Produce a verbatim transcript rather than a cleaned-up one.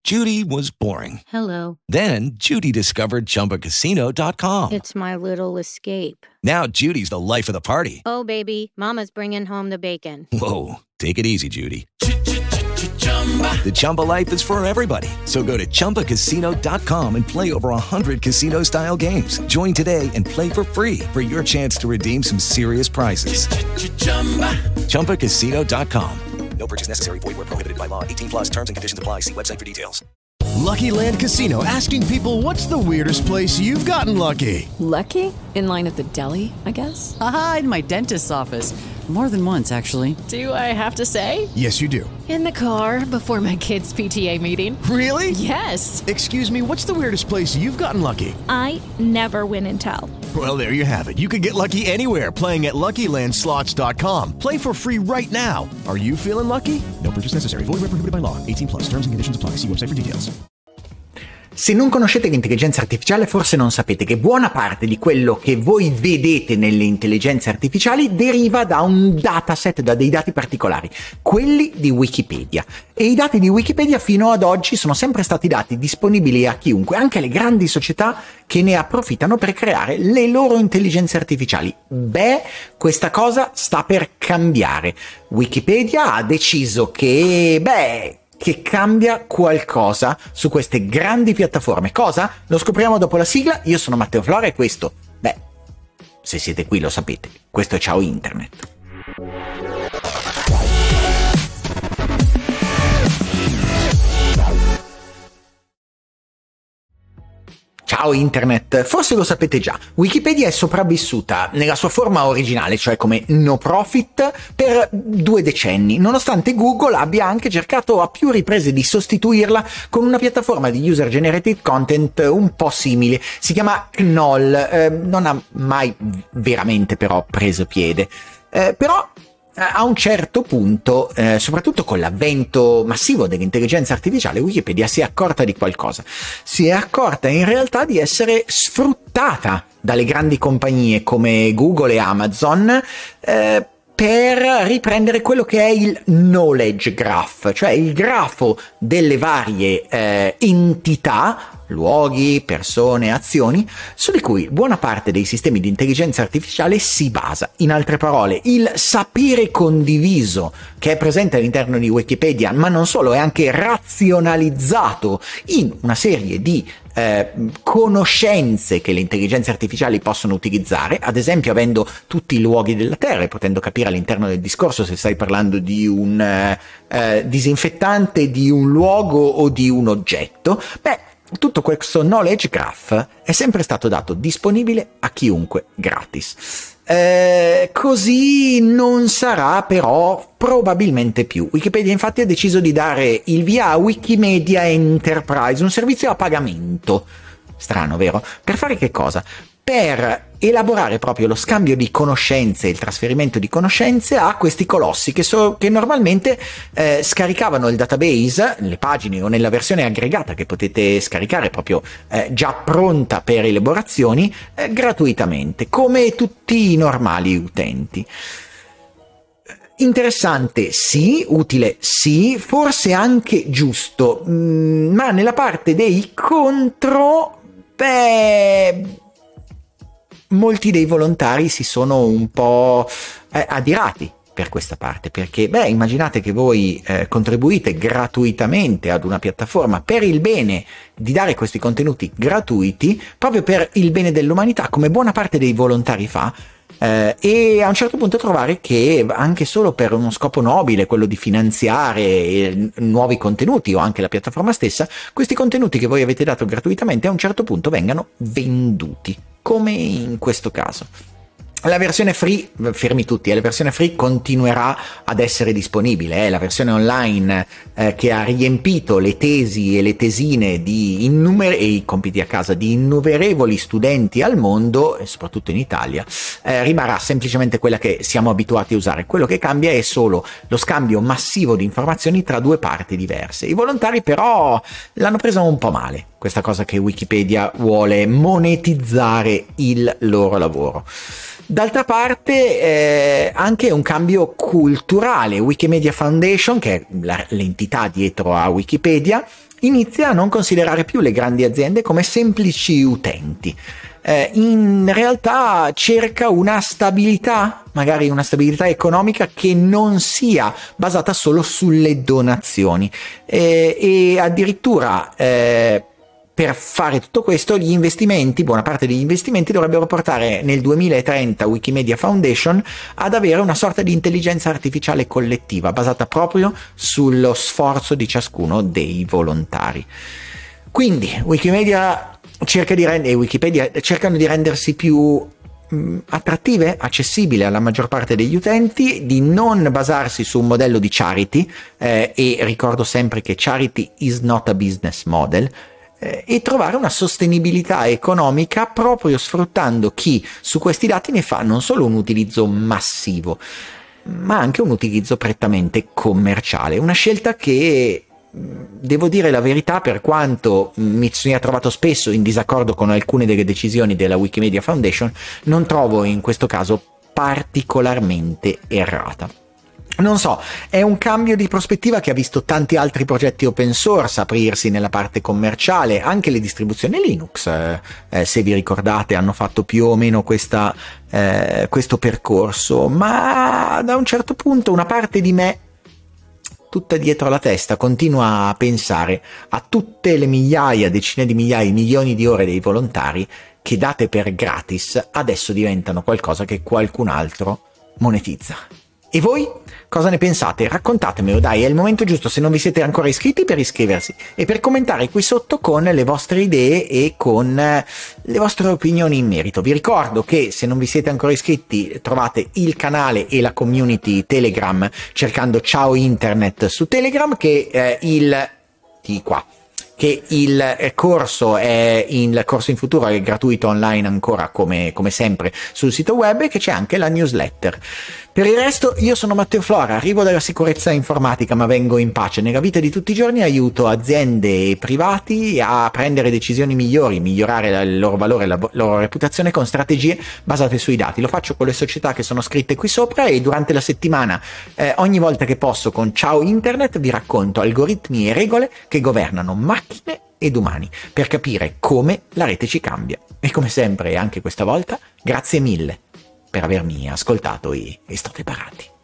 Judy was boring. Hello. Then Judy discovered Chumba Casino dot com. It's my little escape. Now Judy's the life of the party. Oh, baby, mama's bringing home the bacon. Whoa, take it easy, Judy. The Chumba life is for everybody. So go to Chumba Casino dot com and play over one hundred casino-style games. Join today and play for free for your chance to redeem some serious prizes. Chumba Casino dot com. No purchase necessary. Void where prohibited by law. eighteen plus terms and conditions apply. See website for details. Lucky Land Casino, asking people, what's the weirdest place you've gotten lucky? Lucky? In line at the deli, I guess? Aha, in my dentist's office. More than once, actually. Do I have to say? Yes, you do. In the car before my kids' P T A meeting. Really? Yes. Excuse me, what's the weirdest place you've gotten lucky? I never win and tell. Well, there you have it. You can get lucky anywhere, playing at Lucky Land Slots dot com. Play for free right now. Are you feeling lucky? No purchase necessary. Void where prohibited by law. eighteen plus. Terms and conditions apply. See website for details. Se non conoscete l'intelligenza artificiale, forse non sapete che buona parte di quello che voi vedete nelle intelligenze artificiali deriva da un dataset, da dei dati particolari, quelli di Wikipedia. E i dati di Wikipedia fino ad oggi sono sempre stati dati disponibili a chiunque, anche alle grandi società che ne approfittano per creare le loro intelligenze artificiali. Beh, questa cosa sta per cambiare. Wikipedia ha deciso che, beh, che cambia qualcosa su queste grandi piattaforme. Cosa? Lo scopriamo dopo la sigla. Io sono Matteo Flora e questo, beh, se siete qui lo sapete, questo è Ciao Internet. Ciao Internet, forse lo sapete già, Wikipedia è sopravvissuta nella sua forma originale, cioè come no profit, per due decenni, nonostante Google abbia anche cercato a più riprese di sostituirla con una piattaforma di user generated content un po' simile. Si chiama Knoll, eh, non ha mai veramente però preso piede, eh, però a un certo punto, eh, soprattutto con l'avvento massivo dell'intelligenza artificiale, Wikipedia si è accorta di qualcosa. Si è accorta in realtà di essere sfruttata dalle grandi compagnie come Google e Amazon eh, per riprendere quello che è il knowledge graph, cioè il grafo delle varie eh, entità, luoghi, persone, azioni, su di cui buona parte dei sistemi di intelligenza artificiale si basa. In altre parole, il sapere condiviso che è presente all'interno di Wikipedia, ma non solo, è anche razionalizzato in una serie di eh, conoscenze che le intelligenze artificiali possono utilizzare, ad esempio avendo tutti i luoghi della Terra e potendo capire all'interno del discorso se stai parlando di un eh, eh, disinfettante, di un luogo o di un oggetto. Beh, tutto questo knowledge graph è sempre stato dato disponibile a chiunque gratis. Eh, così non sarà però probabilmente più. Wikipedia infatti ha deciso di dare il via a Wikimedia Enterprise, un servizio a pagamento. Strano, vero? Per fare che cosa? Per elaborare proprio lo scambio di conoscenze e il trasferimento di conoscenze a questi colossi che, so, che normalmente eh, scaricavano il database, le pagine o nella versione aggregata che potete scaricare proprio eh, già pronta per elaborazioni eh, gratuitamente, come tutti i normali utenti. Interessante sì, utile sì, forse anche giusto, mm, ma nella parte dei contro, beh, molti dei volontari si sono un po' eh, adirati per questa parte, perché beh, immaginate che voi eh, contribuite gratuitamente ad una piattaforma per il bene di dare questi contenuti gratuiti, proprio per il bene dell'umanità, come buona parte dei volontari fa, eh, e a un certo punto trovare che anche solo per uno scopo nobile, quello di finanziare eh, nuovi contenuti o anche la piattaforma stessa, questi contenuti che voi avete dato gratuitamente a un certo punto vengano venduti, come in questo caso. La versione free, fermi tutti, eh, la versione free continuerà ad essere disponibile, eh, la versione online eh, che ha riempito le tesi e le tesine di innumer- e i compiti a casa di innumerevoli studenti al mondo, e soprattutto in Italia, eh, rimarrà semplicemente quella che siamo abituati a usare. Quello che cambia è solo lo scambio massivo di informazioni tra due parti diverse. I volontari però l'hanno presa un po' male, questa cosa che Wikipedia vuole monetizzare il loro lavoro. D'altra parte eh, anche un cambio culturale. Wikimedia Foundation, che è la, l'entità dietro a Wikipedia, inizia a non considerare più le grandi aziende come semplici utenti. Eh, in realtà cerca una stabilità, magari una stabilità economica che non sia basata solo sulle donazioni, eh, e addirittura eh, per fare tutto questo gli investimenti, buona parte degli investimenti dovrebbero portare nel duemilatrenta Wikimedia Foundation ad avere una sorta di intelligenza artificiale collettiva basata proprio sullo sforzo di ciascuno dei volontari. Quindi Wikimedia cerca di rend- e Wikipedia cercano di rendersi più mh, attrattive, accessibili alla maggior parte degli utenti, di non basarsi su un modello di charity, eh, e ricordo sempre che charity is not a business model, eh, e trovare una sostenibilità economica proprio sfruttando chi su questi dati ne fa non solo un utilizzo massivo, ma anche un utilizzo prettamente commerciale. Una scelta che, devo dire la verità, per quanto mi sia trovato spesso in disaccordo con alcune delle decisioni della Wikimedia Foundation, non trovo in questo caso particolarmente errata. Non so, è un cambio di prospettiva che ha visto tanti altri progetti open source aprirsi nella parte commerciale, anche le distribuzioni Linux, eh, eh, se vi ricordate, hanno fatto più o meno questa, eh, questo percorso, ma da un certo punto una parte di me, tutta dietro la testa, continua a pensare a tutte le migliaia, decine di migliaia, milioni di ore dei volontari che, date per gratis, adesso diventano qualcosa che qualcun altro monetizza. E voi cosa ne pensate? Raccontatemelo, dai, è il momento giusto, se non vi siete ancora iscritti, per iscriversi e per commentare qui sotto con le vostre idee e con le vostre opinioni in merito. Vi ricordo che se non vi siete ancora iscritti trovate il canale e la community Telegram cercando Ciao Internet su Telegram, che eh, il di qua che il corso è il corso in futuro è gratuito online ancora come, come sempre sul sito web, e che c'è anche la newsletter. Per il resto io sono Matteo Flora, arrivo dalla sicurezza informatica ma vengo in pace. Nella vita di tutti i giorni aiuto aziende e privati a prendere decisioni migliori, migliorare il loro valore, la loro reputazione con strategie basate sui dati. Lo faccio con le società che sono scritte qui sopra, e durante la settimana eh, ogni volta che posso con Ciao Internet vi racconto algoritmi e regole che governano macchine ed umani per capire come la rete ci cambia. E come sempre, anche questa volta, grazie mille per avermi ascoltato e, e state parati.